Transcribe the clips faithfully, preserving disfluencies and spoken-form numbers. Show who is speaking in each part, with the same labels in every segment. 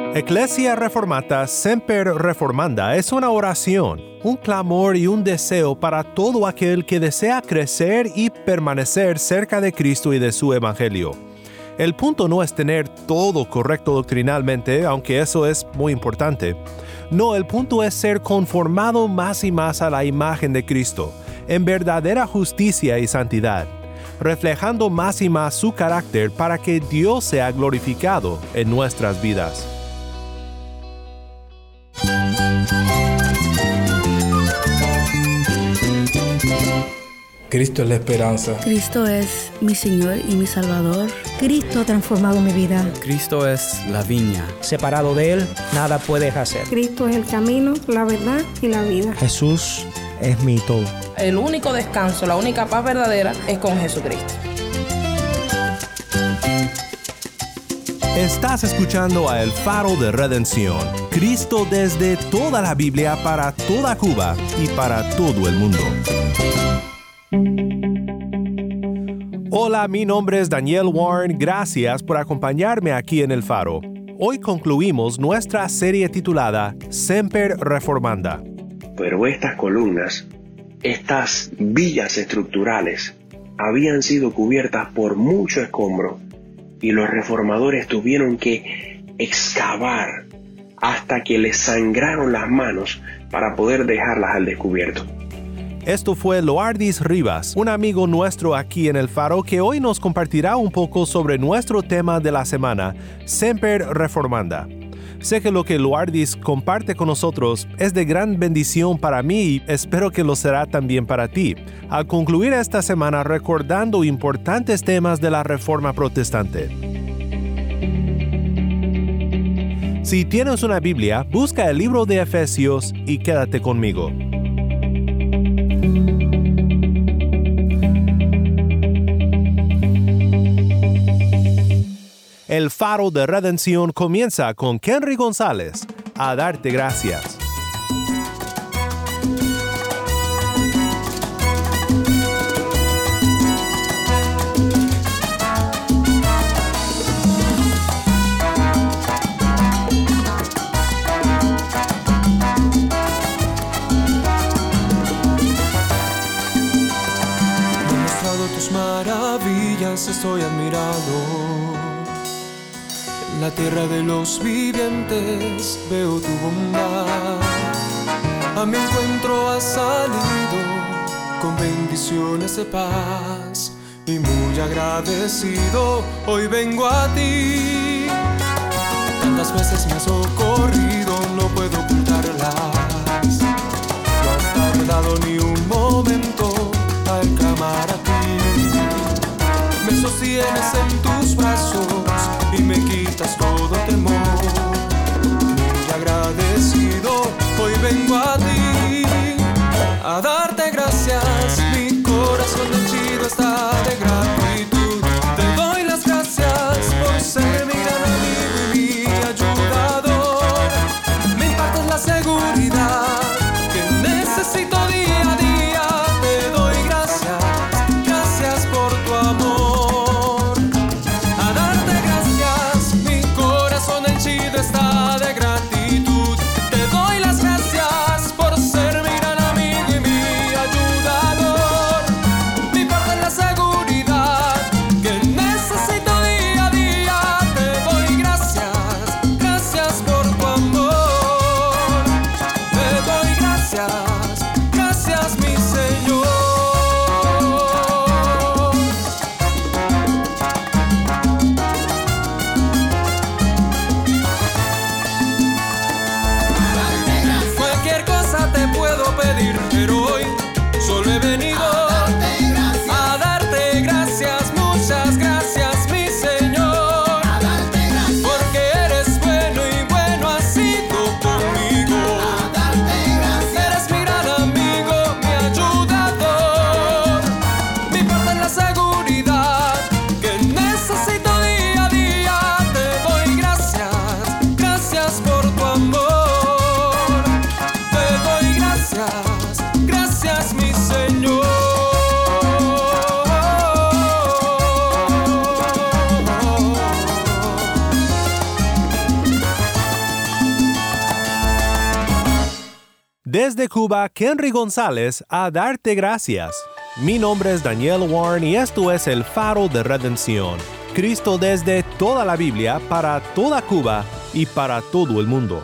Speaker 1: Ecclesia Reformata Semper Reformanda es una oración, un clamor y un deseo para todo aquel que desea crecer y permanecer cerca de Cristo y de su Evangelio. El punto no es tener todo correcto doctrinalmente, aunque eso es muy importante. No, el punto es ser conformado más y más a la imagen de Cristo, en verdadera justicia y santidad, reflejando más y más su carácter para que Dios sea glorificado en nuestras vidas.
Speaker 2: Cristo es la esperanza.
Speaker 3: Cristo es mi Señor y mi Salvador.
Speaker 4: Cristo ha transformado mi vida.
Speaker 5: Cristo es la viña.
Speaker 6: Separado de Él, nada puedes hacer.
Speaker 7: Cristo es el camino, la verdad y la vida.
Speaker 8: Jesús es mi todo.
Speaker 9: El único descanso, la única paz verdadera es con Jesucristo.
Speaker 1: Estás escuchando a El Faro de Redención, Cristo desde toda la Biblia para toda Cuba y para todo el mundo. Hola, mi nombre es Daniel Warren, gracias por acompañarme aquí en El Faro. Hoy concluimos nuestra serie titulada Semper Reformanda.
Speaker 10: Pero estas columnas, estas villas estructurales, habían sido cubiertas por mucho escombro y los reformadores tuvieron que excavar hasta que les sangraron las manos para poder dejarlas al descubierto.
Speaker 1: Esto fue Loardis Rivas, un amigo nuestro aquí en El Faro, que hoy nos compartirá un poco sobre nuestro tema de la semana, Semper Reformanda. Sé que lo que Loardis comparte con nosotros es de gran bendición para mí y espero que lo será también para ti, al concluir esta semana recordando importantes temas de la Reforma Protestante. Si tienes una Biblia, busca el libro de Efesios y quédate conmigo. El Faro de Redención comienza con Kenry González, a darte gracias.
Speaker 11: Me has mostrado tus maravillas, estoy admirado. En la tierra de los vivientes veo tu bondad. A mi encuentro has salido con bendiciones de paz. Y muy agradecido hoy vengo a ti. Tantas veces me has socorrido, no puedo ocultarlas. No has tardado ni un momento al clamar a ti. Me sostienes en tus brazos y me quitas todo temor. Muy agradecido, hoy vengo a ti a darte gracias. Mi corazón henchido está de gratitud. Te doy las gracias por ser mi gran amigo y mi ayudador. Me impartes la
Speaker 1: Desde Cuba, Kenry González, a darte gracias. Mi nombre es Daniel Warren y esto es El Faro de Redención. Cristo desde toda la Biblia, para toda Cuba y para todo el mundo.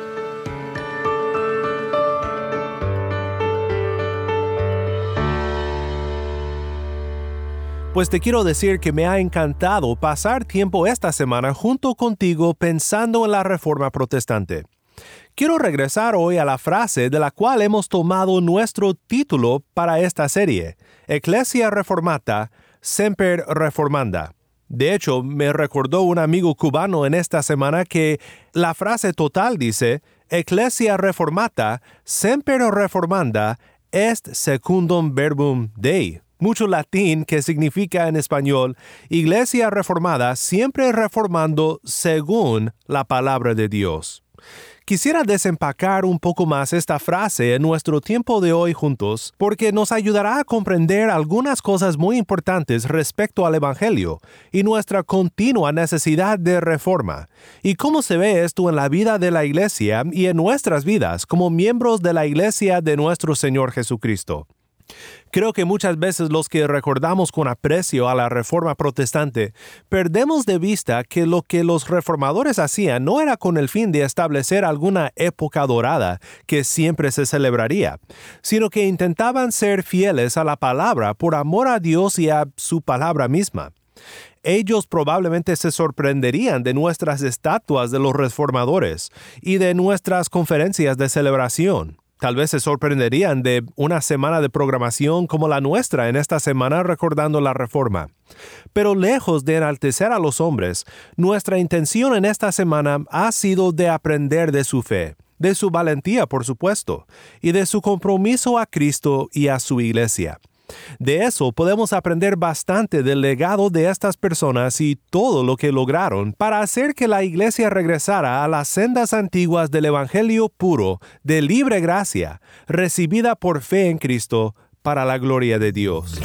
Speaker 1: Pues te quiero decir que me ha encantado pasar tiempo esta semana junto contigo pensando en la Reforma Protestante. Quiero regresar hoy a la frase de la cual hemos tomado nuestro título para esta serie, Ecclesia Reformata, Semper Reformanda. De hecho, me recordó un amigo cubano en esta semana que la frase total dice, Ecclesia Reformata, Semper Reformanda, est secundum verbum Dei. Mucho latín que significa en español, Iglesia reformada siempre reformando según la palabra de Dios. Quisiera desempacar un poco más esta frase en nuestro tiempo de hoy juntos, porque nos ayudará a comprender algunas cosas muy importantes respecto al Evangelio y nuestra continua necesidad de reforma, y cómo se ve esto en la vida de la Iglesia y en nuestras vidas como miembros de la Iglesia de nuestro Señor Jesucristo. Creo que muchas veces los que recordamos con aprecio a la Reforma Protestante perdemos de vista que lo que los reformadores hacían no era con el fin de establecer alguna época dorada que siempre se celebraría, sino que intentaban ser fieles a la palabra por amor a Dios y a su palabra misma. Ellos probablemente se sorprenderían de nuestras estatuas de los reformadores y de nuestras conferencias de celebración. Tal vez se sorprenderían de una semana de programación como la nuestra en esta semana recordando la Reforma. Pero lejos de enaltecer a los hombres, nuestra intención en esta semana ha sido de aprender de su fe, de su valentía, por supuesto, y de su compromiso a Cristo y a su Iglesia. De eso podemos aprender bastante del legado de estas personas y todo lo que lograron para hacer que la Iglesia regresara a las sendas antiguas del Evangelio puro, de libre gracia, recibida por fe en Cristo, para la gloria de Dios.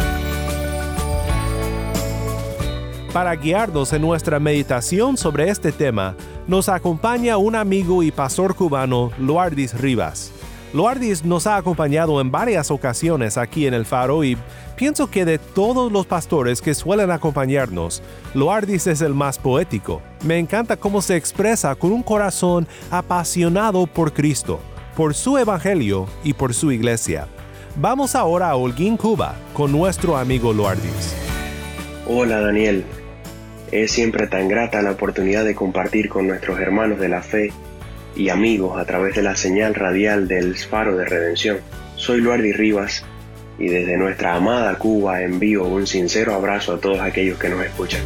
Speaker 1: Para guiarnos en nuestra meditación sobre este tema, nos acompaña un amigo y pastor cubano, Loardis Rivas. Loardis nos ha acompañado en varias ocasiones aquí en El Faro y pienso que de todos los pastores que suelen acompañarnos, Loardis es el más poético. Me encanta cómo se expresa con un corazón apasionado por Cristo, por su Evangelio y por su Iglesia. Vamos ahora a Holguín, Cuba, con nuestro amigo Loardis.
Speaker 10: Hola Daniel, es siempre tan grata la oportunidad de compartir con nuestros hermanos de la fe y amigos a través de la señal radial del Faro de Redención. Soy Loardis Rivas y desde nuestra amada Cuba envío un sincero abrazo a todos aquellos que nos escuchan.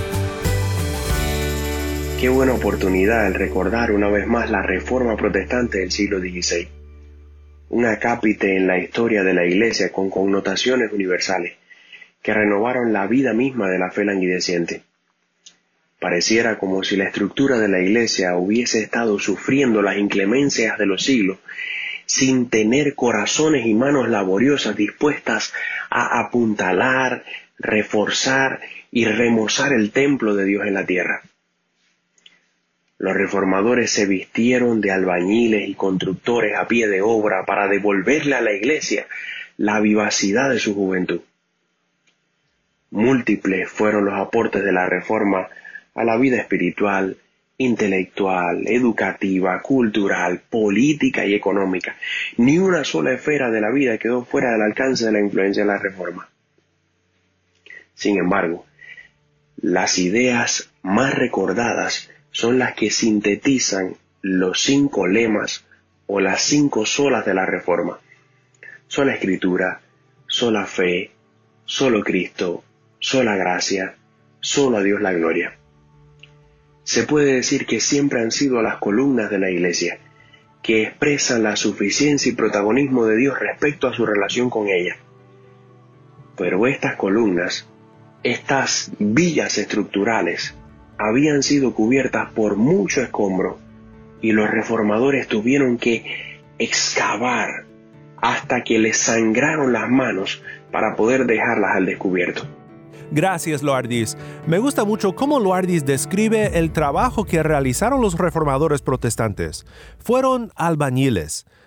Speaker 10: Qué buena oportunidad el recordar una vez más la Reforma Protestante del siglo dieciséis, un acápite en la historia de la Iglesia con connotaciones universales que renovaron la vida misma de la fe languideciente. Pareciera como si la estructura de la Iglesia hubiese estado sufriendo las inclemencias de los siglos sin tener corazones y manos laboriosas dispuestas a apuntalar, reforzar y remozar el templo de Dios en la tierra. Los reformadores se vistieron de albañiles y constructores a pie de obra para devolverle a la Iglesia la vivacidad de su juventud. Múltiples fueron los aportes de la Reforma a la vida espiritual, intelectual, educativa, cultural, política y económica. Ni una sola esfera de la vida quedó fuera del alcance de la influencia de la Reforma. Sin embargo, las ideas más recordadas son las que sintetizan los cinco lemas o las cinco solas de la Reforma. Sola Escritura, sola fe, solo Cristo, sola gracia, solo a Dios la gloria. Se puede decir que siempre han sido las columnas de la Iglesia, que expresan la suficiencia y protagonismo de Dios respecto a su relación con ella. Pero estas columnas, estas villas estructurales, habían sido cubiertas por mucho escombro y los reformadores tuvieron que excavar hasta que les sangraron las manos para poder dejarlas al descubierto.
Speaker 1: Gracias, Loardis. Me gusta mucho cómo Loardis describe el trabajo que realizaron los reformadores protestantes. Fueron albañiles,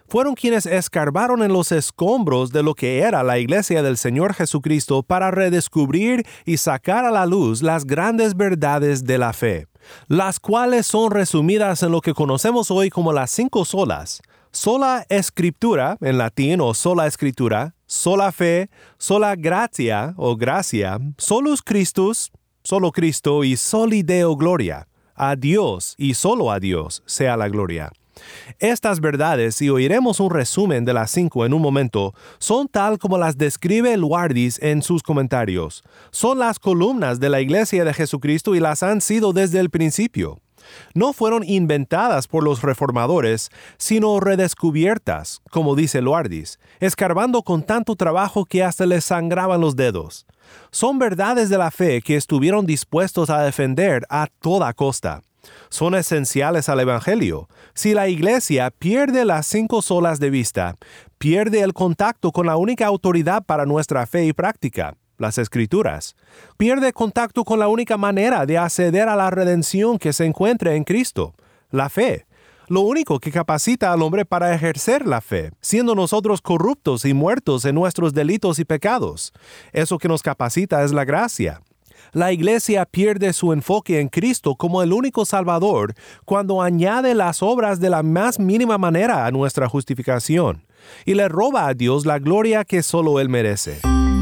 Speaker 1: Fueron quienes escarbaron en los escombros de lo que era la iglesia del Señor Jesucristo para redescubrir y sacar a la luz las grandes verdades de la fe, las cuales son resumidas en lo que conocemos hoy como las cinco solas: sola escritura, en latín, o sola escritura; sola fe; sola gratia o gracia; solus Christus, solo Cristo; y soli Deo gloria. A Dios y solo a Dios sea la gloria. Estas verdades, y oiremos un resumen de las cinco en un momento, son tal como las describe Luardis en sus comentarios. Son las columnas de la Iglesia de Jesucristo y las han sido desde el principio. No fueron inventadas por los reformadores, sino redescubiertas, como dice Luardis, escarbando con tanto trabajo que hasta les sangraban los dedos. Son verdades de la fe que estuvieron dispuestos a defender a toda costa. Son esenciales al Evangelio. Si la Iglesia pierde las cinco solas de vista, pierde el contacto con la única autoridad para nuestra fe y práctica, las Escrituras. Pierde contacto con la única manera de acceder a la redención que se encuentra en Cristo, la fe. Lo único que capacita al hombre para ejercer la fe, siendo nosotros corruptos y muertos en nuestros delitos y pecados. Eso que nos capacita es la gracia. La Iglesia pierde su enfoque en Cristo como el único Salvador cuando añade las obras de la más mínima manera a nuestra justificación y le roba a Dios la gloria que solo Él merece.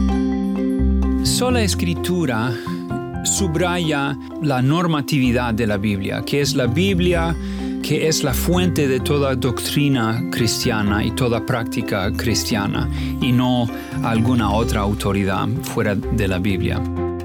Speaker 2: Sola Escritura subraya la normatividad de la Biblia, que es la Biblia, que es la fuente de toda doctrina cristiana y toda práctica cristiana, y no alguna otra autoridad fuera de la Biblia.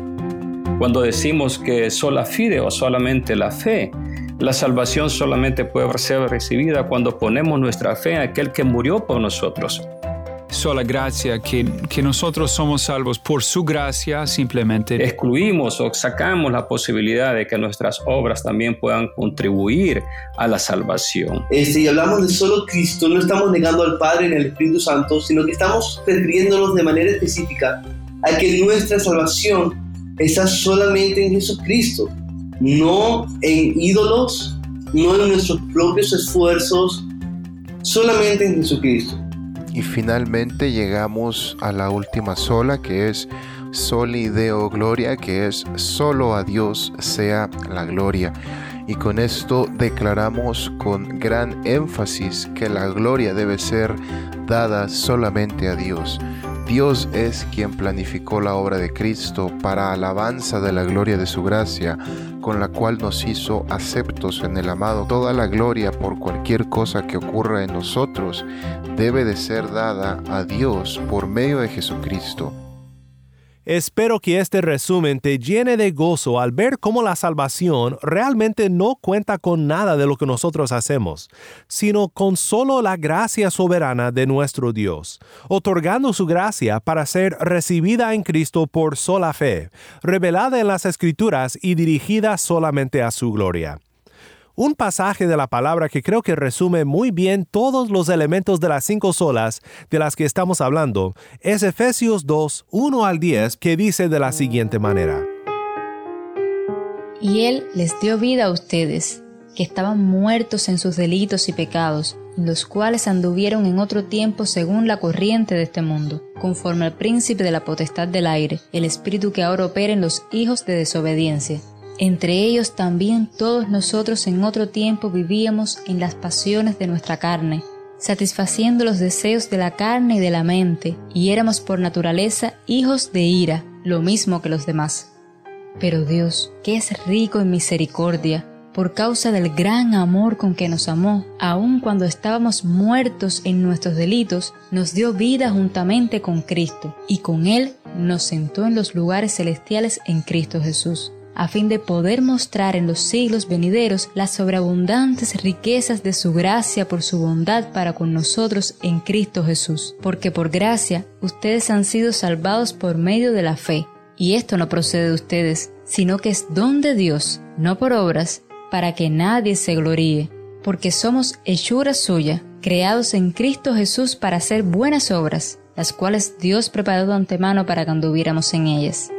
Speaker 12: Cuando decimos que sola fide o solamente la fe, la salvación solamente puede ser recibida cuando ponemos nuestra fe en aquel que murió por nosotros.
Speaker 2: Sola gracia, que, que nosotros somos salvos por su gracia, simplemente.
Speaker 12: Excluimos o sacamos la posibilidad de que nuestras obras también puedan contribuir a la salvación.
Speaker 13: Si hablamos de solo Cristo, no estamos negando al Padre ni al Espíritu Santo, sino que estamos refiriéndonos de manera específica a que nuestra salvación está solamente en Jesucristo, no en ídolos, no en nuestros propios esfuerzos, solamente en Jesucristo.
Speaker 14: Y finalmente llegamos a la última sola, que es soli Deo gloria, que es solo a Dios sea la gloria. Y con esto declaramos con gran énfasis que la gloria debe ser dada solamente a Dios. Dios es quien planificó la obra de Cristo para alabanza de la gloria de su gracia, con la cual nos hizo aceptos en el amado. Toda la gloria por cualquier cosa que ocurra en nosotros debe de ser dada a Dios por medio de Jesucristo.
Speaker 1: Espero que este resumen te llene de gozo al ver cómo la salvación realmente no cuenta con nada de lo que nosotros hacemos, sino con solo la gracia soberana de nuestro Dios, otorgando su gracia para ser recibida en Cristo por sola fe, revelada en las Escrituras y dirigida solamente a su gloria. Un pasaje de la palabra que creo que resume muy bien todos los elementos de las cinco solas de las que estamos hablando es Efesios dos, uno al diez, que dice de la siguiente manera:
Speaker 15: Y Él les dio vida a ustedes, que estaban muertos en sus delitos y pecados, en los cuales anduvieron en otro tiempo según la corriente de este mundo, conforme al príncipe de la potestad del aire, el espíritu que ahora opera en los hijos de desobediencia. Entre ellos también todos nosotros en otro tiempo vivíamos en las pasiones de nuestra carne, satisfaciendo los deseos de la carne y de la mente, y éramos por naturaleza hijos de ira, lo mismo que los demás. Pero Dios, que es rico en misericordia, por causa del gran amor con que nos amó, aun cuando estábamos muertos en nuestros delitos, nos dio vida juntamente con Cristo, y con Él nos sentó en los lugares celestiales en Cristo Jesús, a fin de poder mostrar en los siglos venideros las sobreabundantes riquezas de su gracia por su bondad para con nosotros en Cristo Jesús. Porque por gracia ustedes han sido salvados por medio de la fe, y esto no procede de ustedes, sino que es don de Dios, no por obras, para que nadie se gloríe, porque somos hechura suya, creados en Cristo Jesús para hacer buenas obras, las cuales Dios preparó de antemano para que anduviéramos en ellas.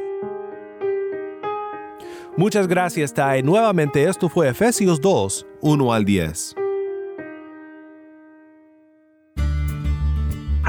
Speaker 1: Muchas gracias, Tai. Nuevamente, esto fue Efesios dos, uno al diez.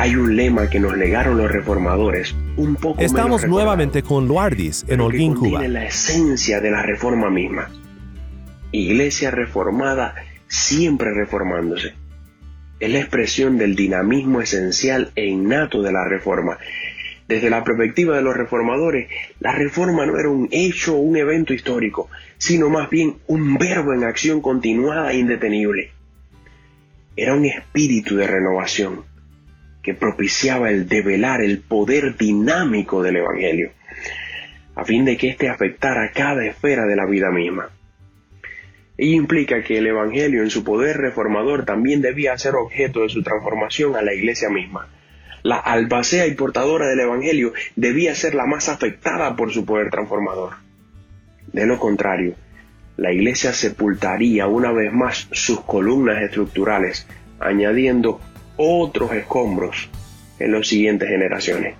Speaker 10: Hay un lema que nos legaron los reformadores, un poco
Speaker 1: Estamos
Speaker 10: menos
Speaker 1: nuevamente con Luardis en Holguín, Cuba.
Speaker 10: Tiene la esencia de la reforma misma. Iglesia reformada, siempre reformándose. Es la expresión del dinamismo esencial e innato de la reforma. Desde la perspectiva de los reformadores, la reforma no era un hecho o un evento histórico, sino más bien un verbo en acción continuada e indetenible. Era un espíritu de renovación que propiciaba el develar el poder dinámico del Evangelio, a fin de que éste afectara cada esfera de la vida misma. Ello implica que el Evangelio en su poder reformador también debía ser objeto de su transformación a la iglesia misma. La albacea y portadora del Evangelio debía ser la más afectada por su poder transformador. De lo contrario, la iglesia sepultaría una vez más sus columnas estructurales, añadiendo otros escombros en las siguientes generaciones.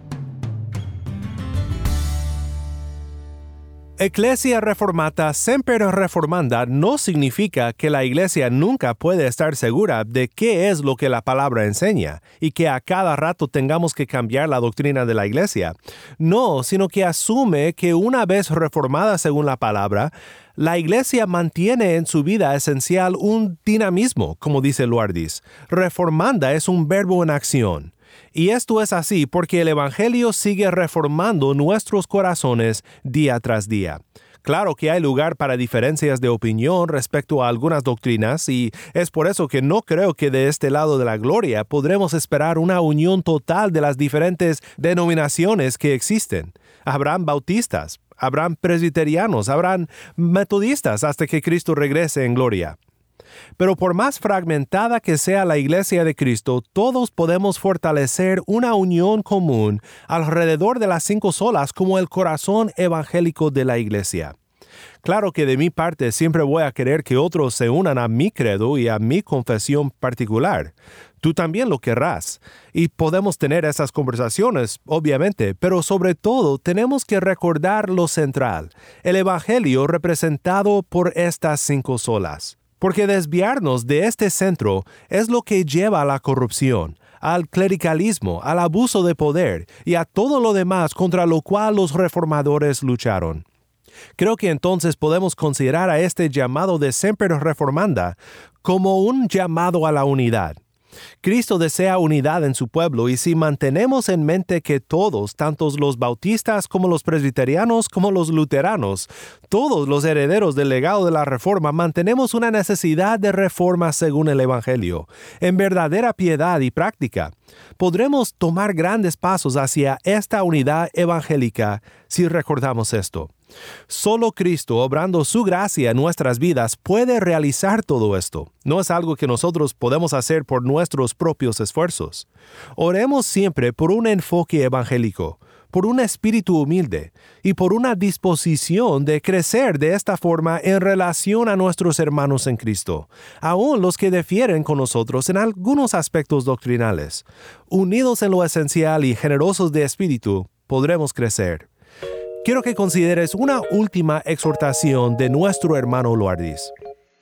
Speaker 1: Ecclesia Reformata Semper Reformanda no significa que la iglesia nunca puede estar segura de qué es lo que la palabra enseña y que a cada rato tengamos que cambiar la doctrina de la iglesia. No, sino que asume que una vez reformada según la palabra, la iglesia mantiene en su vida esencial un dinamismo, como dice Luardis. Reformanda es un verbo en acción. Y esto es así porque el Evangelio sigue reformando nuestros corazones día tras día. Claro que hay lugar para diferencias de opinión respecto a algunas doctrinas y es por eso que no creo que de este lado de la gloria podremos esperar una unión total de las diferentes denominaciones que existen. Habrán bautistas, habrán presbiterianos, habrán metodistas hasta que Cristo regrese en gloria. Pero por más fragmentada que sea la iglesia de Cristo, todos podemos fortalecer una unión común alrededor de las cinco solas como el corazón evangélico de la iglesia. Claro que de mi parte siempre voy a querer que otros se unan a mi credo y a mi confesión particular. Tú también lo querrás. Y podemos tener esas conversaciones, obviamente, pero sobre todo tenemos que recordar lo central, el evangelio representado por estas cinco solas. Porque desviarnos de este centro es lo que lleva a la corrupción, al clericalismo, al abuso de poder y a todo lo demás contra lo cual los reformadores lucharon. Creo que entonces podemos considerar a este llamado de Semper Reformanda como un llamado a la unidad. Cristo desea unidad en su pueblo y si mantenemos en mente que todos, tanto los bautistas como los presbiterianos como los luteranos, todos los herederos del legado de la reforma, mantenemos una necesidad de reforma según el Evangelio, en verdadera piedad y práctica, podremos tomar grandes pasos hacia esta unidad evangélica si recordamos esto. Solo Cristo, obrando su gracia en nuestras vidas, puede realizar todo esto. No es algo que nosotros podemos hacer por nuestros propios esfuerzos. Oremos siempre por un enfoque evangélico, por un espíritu humilde y por una disposición de crecer de esta forma en relación a nuestros hermanos en Cristo, aun los que difieren con nosotros en algunos aspectos doctrinales. Unidos en lo esencial y generosos de espíritu, podremos crecer. Quiero que consideres una última exhortación de nuestro hermano Luardis.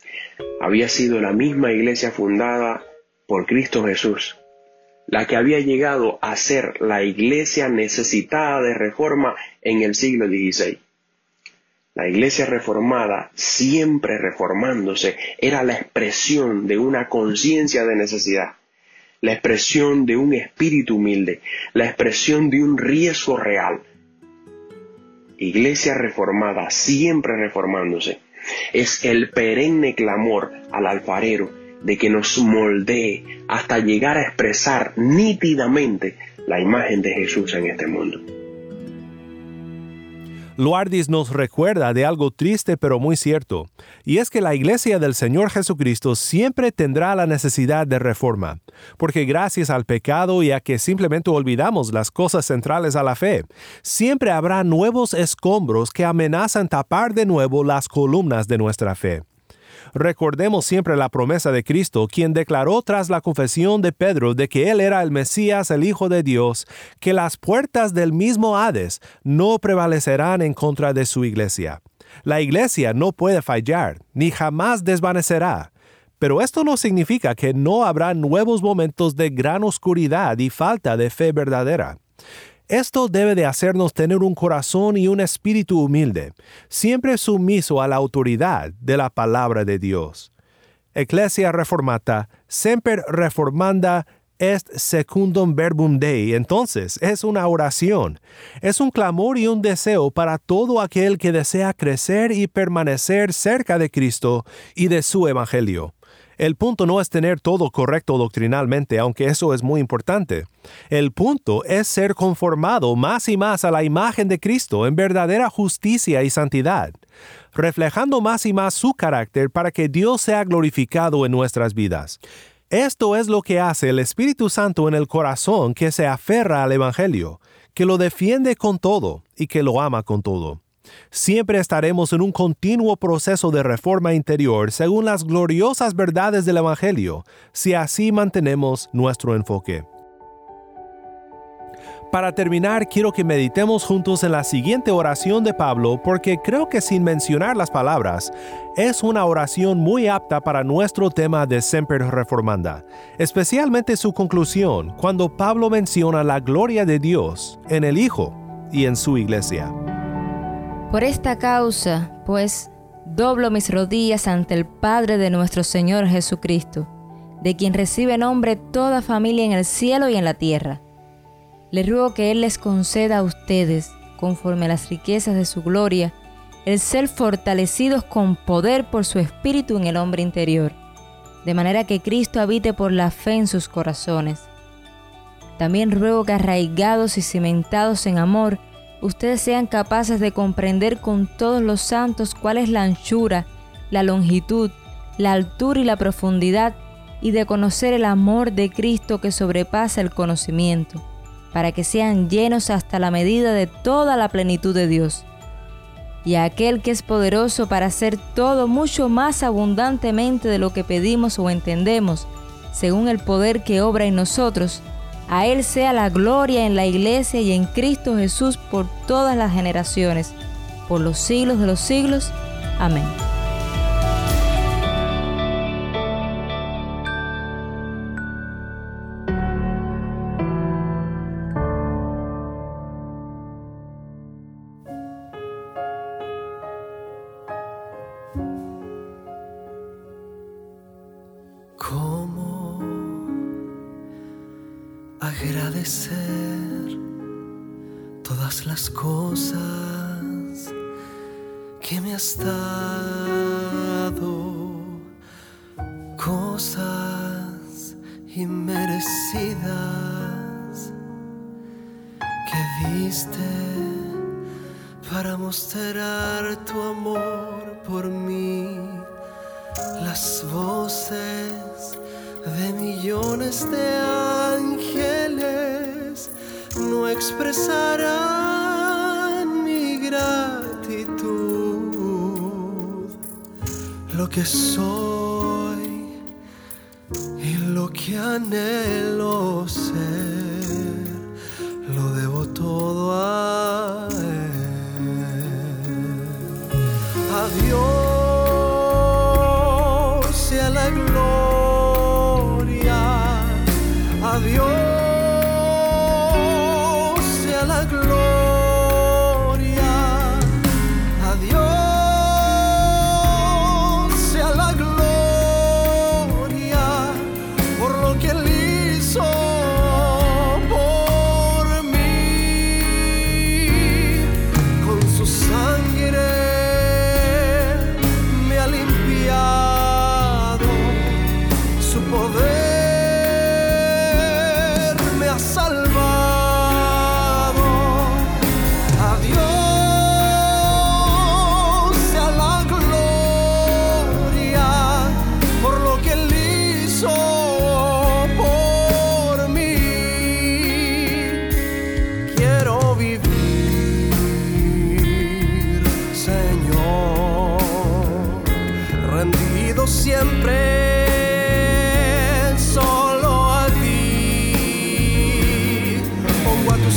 Speaker 10: Había sido la misma iglesia fundada por Cristo Jesús, la que había llegado a ser la iglesia necesitada de reforma en el siglo dieciséis. La iglesia reformada, siempre reformándose, era la expresión de una conciencia de necesidad, la expresión de un espíritu humilde, la expresión de un riesgo real. Iglesia reformada, siempre reformándose, es el perenne clamor al alfarero de que nos moldee hasta llegar a expresar nítidamente la imagen de Jesús en este mundo.
Speaker 1: Luardis nos recuerda de algo triste pero muy cierto, y es que la iglesia del Señor Jesucristo siempre tendrá la necesidad de reforma, porque gracias al pecado y a que simplemente olvidamos las cosas centrales a la fe, siempre habrá nuevos escombros que amenazan tapar de nuevo las columnas de nuestra fe. Recordemos siempre la promesa de Cristo, quien declaró tras la confesión de Pedro de que Él era el Mesías, el Hijo de Dios, que las puertas del mismo Hades no prevalecerán en contra de su iglesia. La iglesia no puede fallar, ni jamás desvanecerá, Pero esto no significa que no habrá nuevos momentos de gran oscuridad y falta de fe verdadera. Esto debe de hacernos tener un corazón y un espíritu humilde, siempre sumiso a la autoridad de la palabra de Dios. Ecclesia Reformata, semper reformanda est secundum verbum Dei. Entonces, es una oración, es un clamor y un deseo para todo aquel que desea crecer y permanecer cerca de Cristo y de su Evangelio. El punto no es tener todo correcto doctrinalmente, aunque eso es muy importante. El punto es ser conformado más y más a la imagen de Cristo en verdadera justicia y santidad, reflejando más y más su carácter para que Dios sea glorificado en nuestras vidas. Esto es lo que hace el Espíritu Santo en el corazón que se aferra al Evangelio, que lo defiende con todo y que lo ama con todo. Siempre estaremos en un continuo proceso de reforma interior según las gloriosas verdades del Evangelio, si así mantenemos nuestro enfoque. Para terminar, quiero que meditemos juntos en la siguiente oración de Pablo, porque creo que sin mencionar las palabras, es una oración muy apta para nuestro tema de Semper Reformanda, especialmente su conclusión, cuando Pablo menciona la gloria de Dios en el Hijo y en su Iglesia.
Speaker 15: Por esta causa, pues, doblo mis rodillas ante el Padre de nuestro Señor Jesucristo, de quien recibe nombre toda familia en el cielo y en la tierra. Le ruego que Él les conceda a ustedes, conforme a las riquezas de su gloria, el ser fortalecidos con poder por su Espíritu en el hombre interior, de manera que Cristo habite por la fe en sus corazones. También ruego que arraigados y cimentados en amor, ustedes sean capaces de comprender con todos los santos cuál es la anchura, la longitud, la altura y la profundidad, y de conocer el amor de Cristo que sobrepasa el conocimiento, para que sean llenos hasta la medida de toda la plenitud de Dios. Y a aquel que es poderoso para hacer todo mucho más abundantemente de lo que pedimos o entendemos, según el poder que obra en nosotros, a Él sea la gloria en la Iglesia y en Cristo Jesús por todas las generaciones, por los siglos de los siglos. Amén.
Speaker 11: Agradecer todas las cosas que me has dado, cosas inmerecidas que diste para mostrar tu amor por mí. Las voces de millones de ángeles no expresarán mi gratitud. Lo que soy y lo que anhelo ser, lo debo todo a Él. A Dios sea la gloria. A Dios sea la gloria, a Dios sea la gloria, por lo que Él hizo por mí. Con su sangre me ha limpiado, su poder siempre solo a ti. Pongo a tus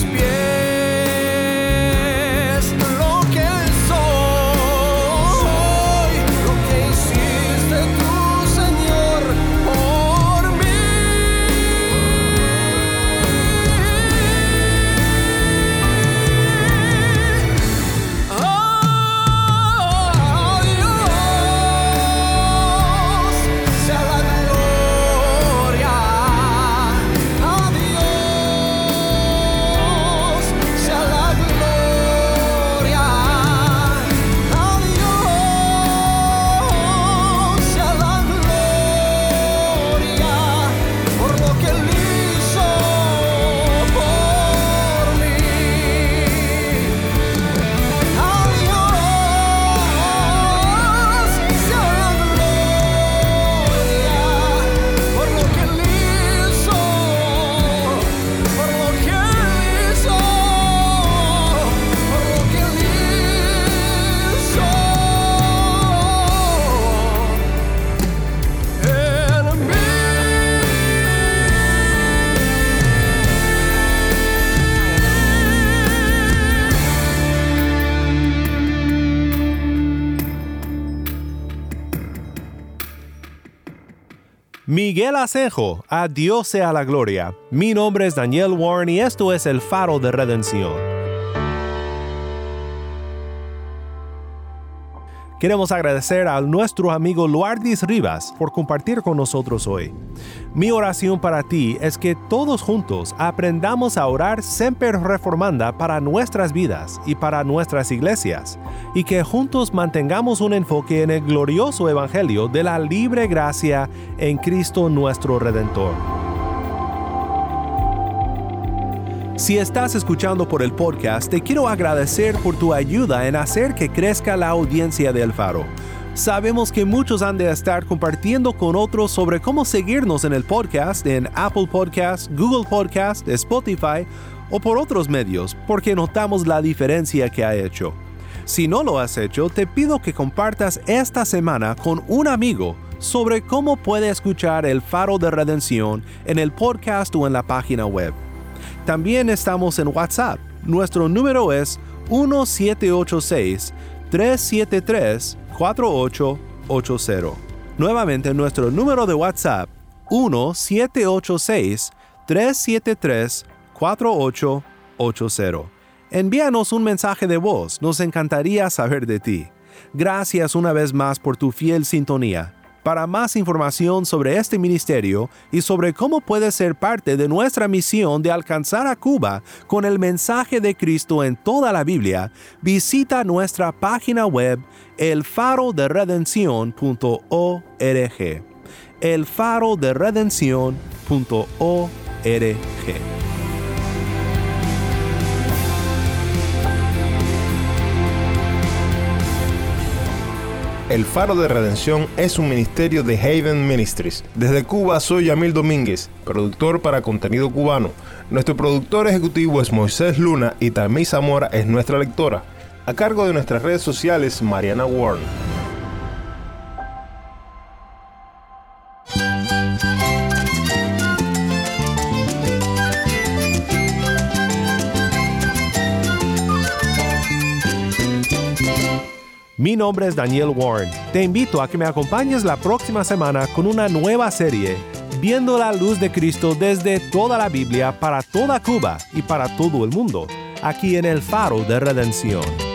Speaker 11: pies lo que soy, lo que hiciste tú, Señor,
Speaker 1: Miguel Asenjo, a Dios sea la gloria. Mi nombre es Daniel Warren y esto es El Faro de Redención. Queremos agradecer a nuestro amigo Luardis Rivas por compartir con nosotros hoy. Mi oración para ti es que todos juntos aprendamos a orar Semper Reformanda para nuestras vidas y para nuestras iglesias, y que juntos mantengamos un enfoque en el glorioso Evangelio de la libre gracia en Cristo nuestro Redentor. Si estás escuchando por el podcast, te quiero agradecer por tu ayuda en hacer que crezca la audiencia de El Faro. Sabemos que muchos han de estar compartiendo con otros sobre cómo seguirnos en el podcast en Apple Podcasts, Google Podcasts, Spotify o por otros medios, porque notamos la diferencia que ha hecho. Si no lo has hecho, te pido que compartas esta semana con un amigo sobre cómo puede escuchar El Faro de Redención en el podcast o en la página web. También estamos en WhatsApp. Nuestro número es uno siete ocho seis, tres siete tres, cuatro ocho ocho cero. Nuevamente nuestro número de WhatsApp uno siete ocho seis, tres siete tres, cuatro ocho ocho cero. Envíanos un mensaje de voz, nos encantaría saber de ti. Gracias una vez más por tu fiel sintonía. Para más información sobre este ministerio y sobre cómo puedes ser parte de nuestra misión de alcanzar a Cuba con el mensaje de Cristo en toda la Biblia, visita nuestra página web el faro de redención punto org. el faro de redención punto org.
Speaker 16: El Faro de Redención es un ministerio de Haven Ministries. Desde Cuba soy Yamil Domínguez, productor para contenido cubano. Nuestro productor ejecutivo es Moisés Luna y Tammy Zamora es nuestra lectora. A cargo de nuestras redes sociales, Mariana Warren.
Speaker 1: Mi nombre es Daniel Warren. Te invito a que me acompañes la próxima semana con una nueva serie, Viendo la Luz de Cristo desde toda la Biblia para toda Cuba y para todo el mundo, aquí en El Faro de Redención.